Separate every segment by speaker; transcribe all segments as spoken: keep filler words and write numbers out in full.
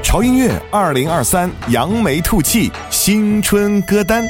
Speaker 1: 潮音乐二零二三扬眉吐气新春歌单，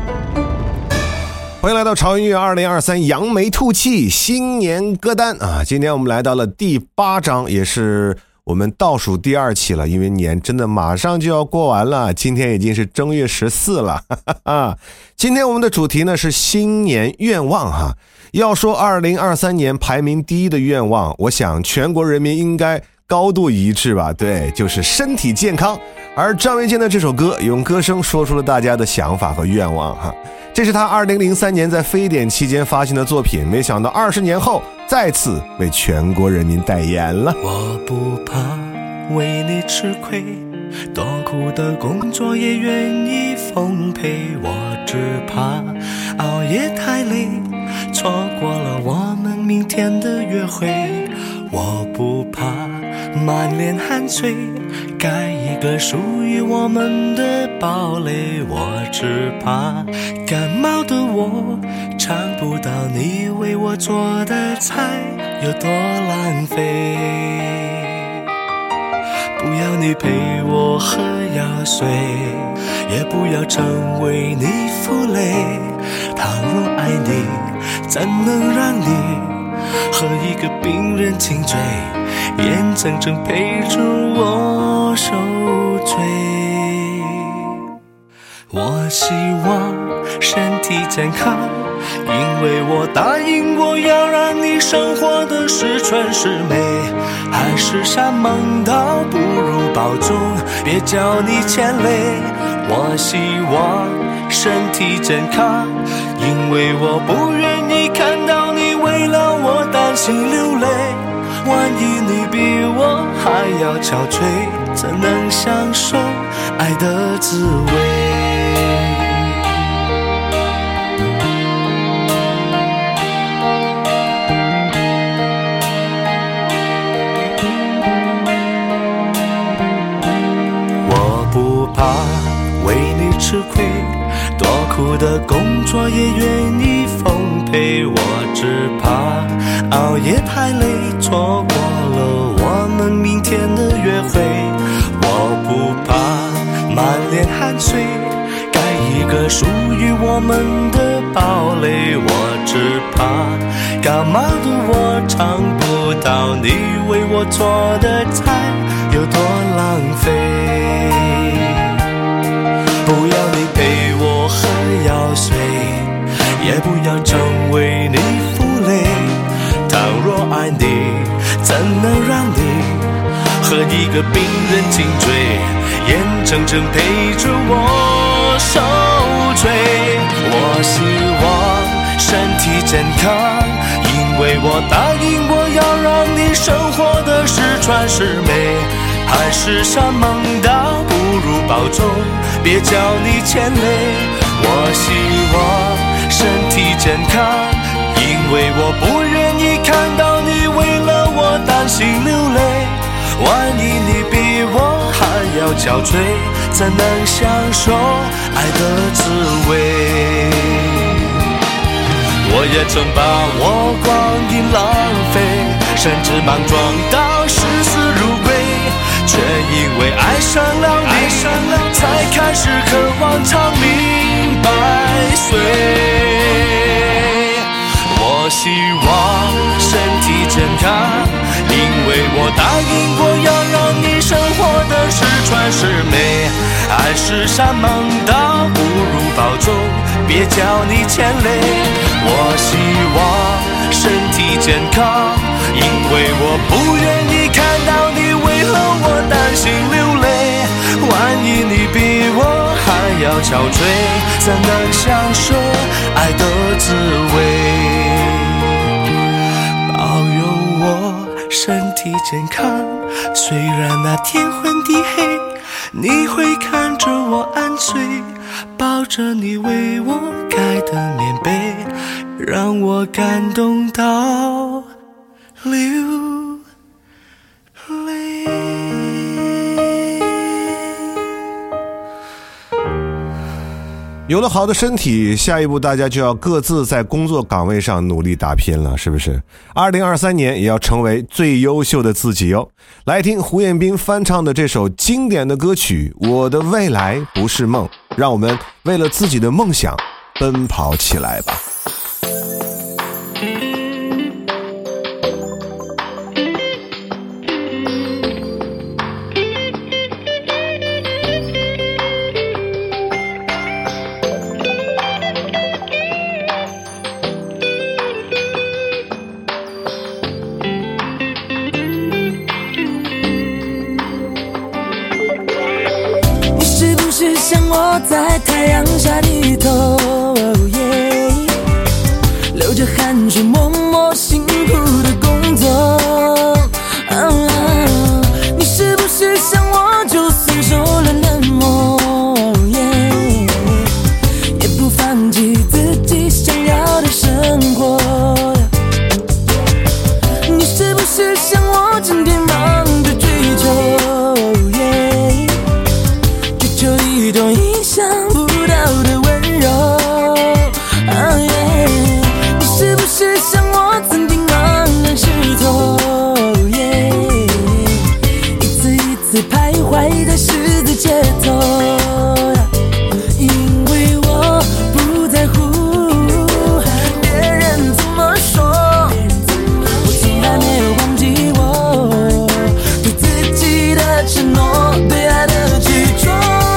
Speaker 1: 欢迎来到潮音乐二零二三扬眉吐气新年歌单啊！今天我们来到了第八章，也是我们倒数第二期了，因为年真的马上就要过完了，今天已经是正月十四了。哈哈哈。今天我们的主题呢是新年愿望哈。要说二零二三年排名第一的愿望，我想全国人民应该高度一致吧，对，就是身体健康。而张卫健的这首歌用歌声说出了大家的想法和愿望哈。这是他二零零三年在非典期间发行的作品，没想到二十年后再次为全国人民代言了。
Speaker 2: 我不怕为你吃亏，多苦的工作也愿意奉陪，我只怕熬夜太累，错过了我们明天的约会。我不怕满脸汗水，盖一个属于我们的堡垒。我只怕感冒的我尝不到你为我做的菜有多浪费。不要你陪我喝药水，也不要成为你负累。倘若爱你，怎能让你和一个病人亲嘴，眼睁睁陪着我受罪。我希望身体健康，因为我答应我要让你生活的十全十美。海誓山盟倒不如保重，别叫你牵累。我希望身体健康，因为我不愿意看到你为了我担心流泪。万一你比我还要憔悴，怎能享受爱的滋味？吃亏，多苦的工作也愿意奉陪。我只怕熬夜太累，错过了我们明天的约会。我不怕满脸汗水，盖一个属于我们的堡垒。我只怕感冒的我尝不到你为我做的菜有多浪费。不要你陪我喝药水，也不要成为你负累。倘若爱你，怎能让你和一个病人紧追，眼睁睁陪着我受罪。我希望身体健康，因为我答应我要让你生活的十全十美。海誓山盟倒不如保重，别叫你牵累。我希望身体健康，因为我不愿意看到你为了我担心流泪。万一你比我还要憔悴，怎能享受爱的滋味？我也曾把我光阴浪费，甚至莽撞到视死如归，却因为爱上了你，才开始渴望长命百岁。我希望身体健康，因为我答应过要让你生活的十全十美。海誓山盟倒不如保重，别叫你牵累。我希望身体健康，因为我不愿意看到你为了我担心流泪。万一你比我还要憔悴，怎能享受爱的滋味？保佑我身体健康，虽然那天昏地黑，你会看着我安睡，抱着你为我盖的棉被，让我感动到流泪。
Speaker 1: 有了好的身体，下一步大家就要各自在工作岗位上努力打拼了，是不是？二零二三年也要成为最优秀的自己哦。来听胡彦斌翻唱的这首经典的歌曲《我的未来不是梦》，让我们为了自己的梦想奔跑起来吧。
Speaker 3: 像我在太阳下低头、oh yeah、流着汗水默默辛苦的工作、啊、你是不是像我就算受了冷漠、oh yeah、也不放弃自己想要的生活？你是不是像我整天忙着追求、oh yeah、追求一种意想不到的温柔、oh yeah、你是不是像我曾经茫然失措、oh yeah、一次一次徘徊在十字街头，因为我不在乎别人怎么说，我从来没有忘记我对自己的承诺，对爱的执着。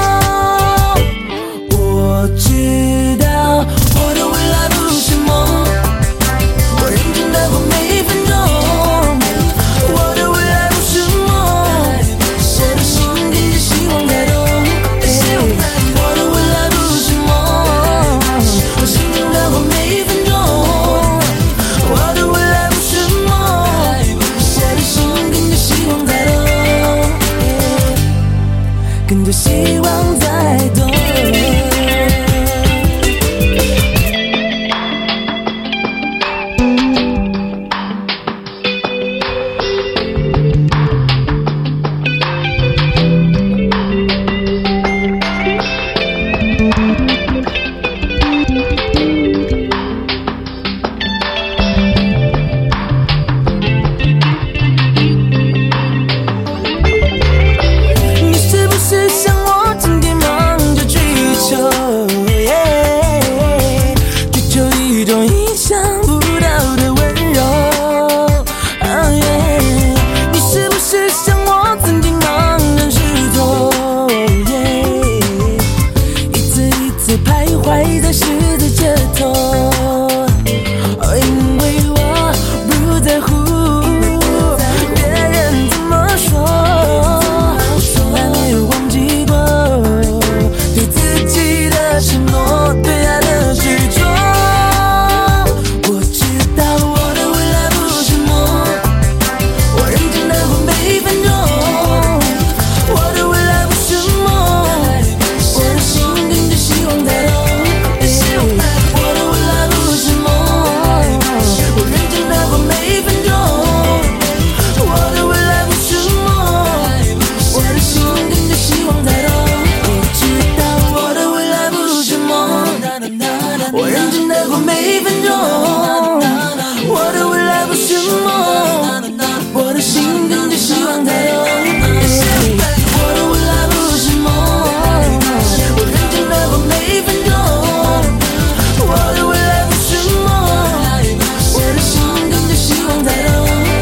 Speaker 3: 我知道我的未来不是梦，我认真的过每一分钟。我的未来不是梦，谁的心跟着希望在动。我的未来不是梦，我认真的过每一分钟。我的未来不是梦，谁的心跟着希望在动，跟着希望在动。你是不是像我整天忙着追求、yeah、追求一种意想不到的温柔、oh yeah、你是不是像我曾经茫然失措、oh yeah、一次一次徘徊在十字街头、oh、因为我不在乎别人怎么说，我从来没有忘记过对自己的承诺，对爱的执着。我知道我的未来不是梦，我认真的过每一分钟。我的未来不是梦，我的心跟着希望在动。我的未来不是梦，我认真的过每一分钟。我的未来不是梦，我的心跟着希望在动。我知道我的未来不是梦，我认真的过每一分钟。我的未来不是梦，我的心跟着希望在动。我的未来不是梦，我认真的过每一分钟。我的未来不是梦，我的心跟着希望在动，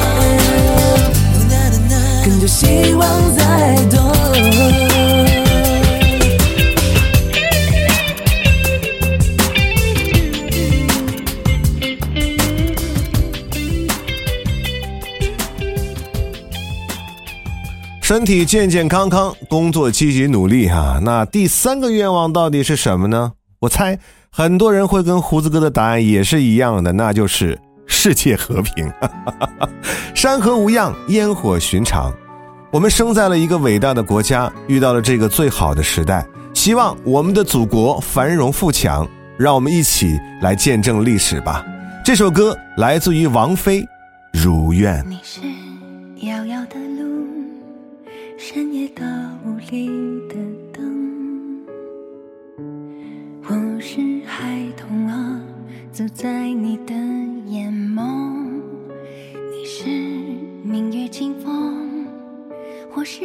Speaker 3: 跟着希望在动。
Speaker 1: 身体健健康康，工作积极努力哈。那第三个愿望到底是什么呢？我猜很多人会跟胡子哥的答案也是一样的，那就是世界和平。山河无恙，烟火寻常。我们生在了一个伟大的国家，遇到了这个最好的时代，希望我们的祖国繁荣富强，让我们一起来见证历史吧。这首歌来自于王菲，如愿。
Speaker 4: 你是遥遥的路，深夜到无力的灯，我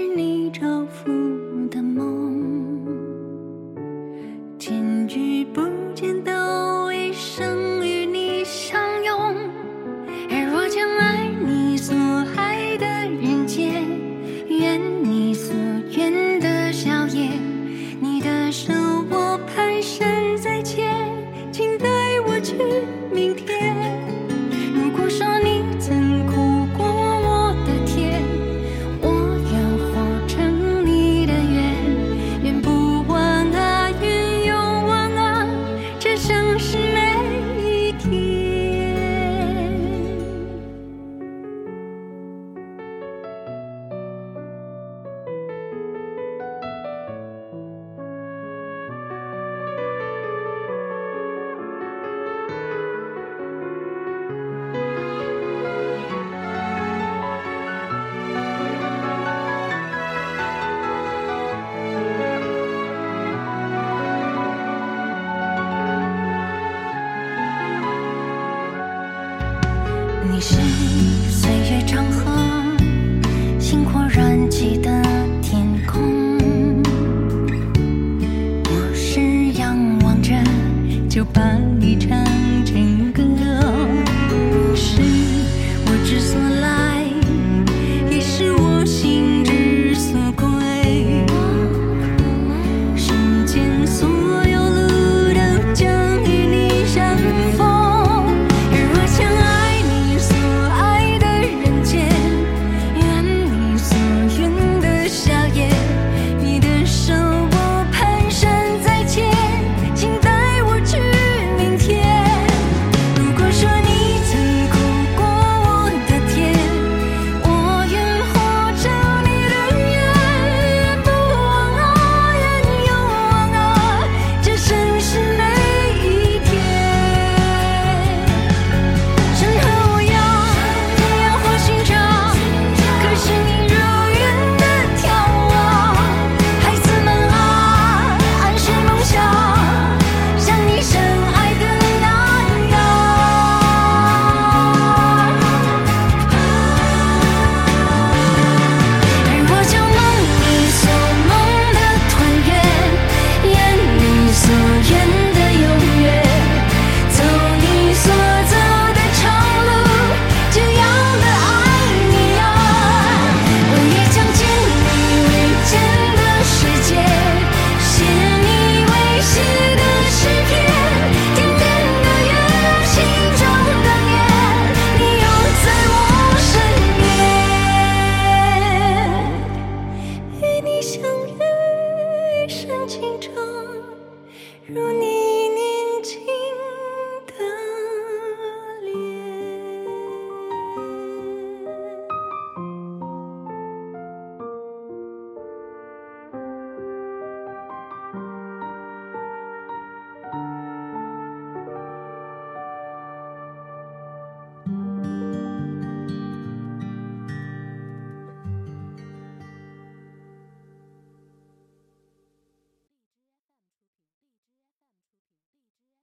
Speaker 4: 你照拂的梦，千句不见都一生与你相拥。而我将爱你所爱的人间，愿你所愿的笑颜。你的手我蹒跚在牵，请带我去明天。如果说你曾哭过我的甜，我愿活成你的愿。愿不忘啊，愿永忘啊，这生是每一天。你是岁月长河，星火燃起的天空。我是仰望着，就把你缠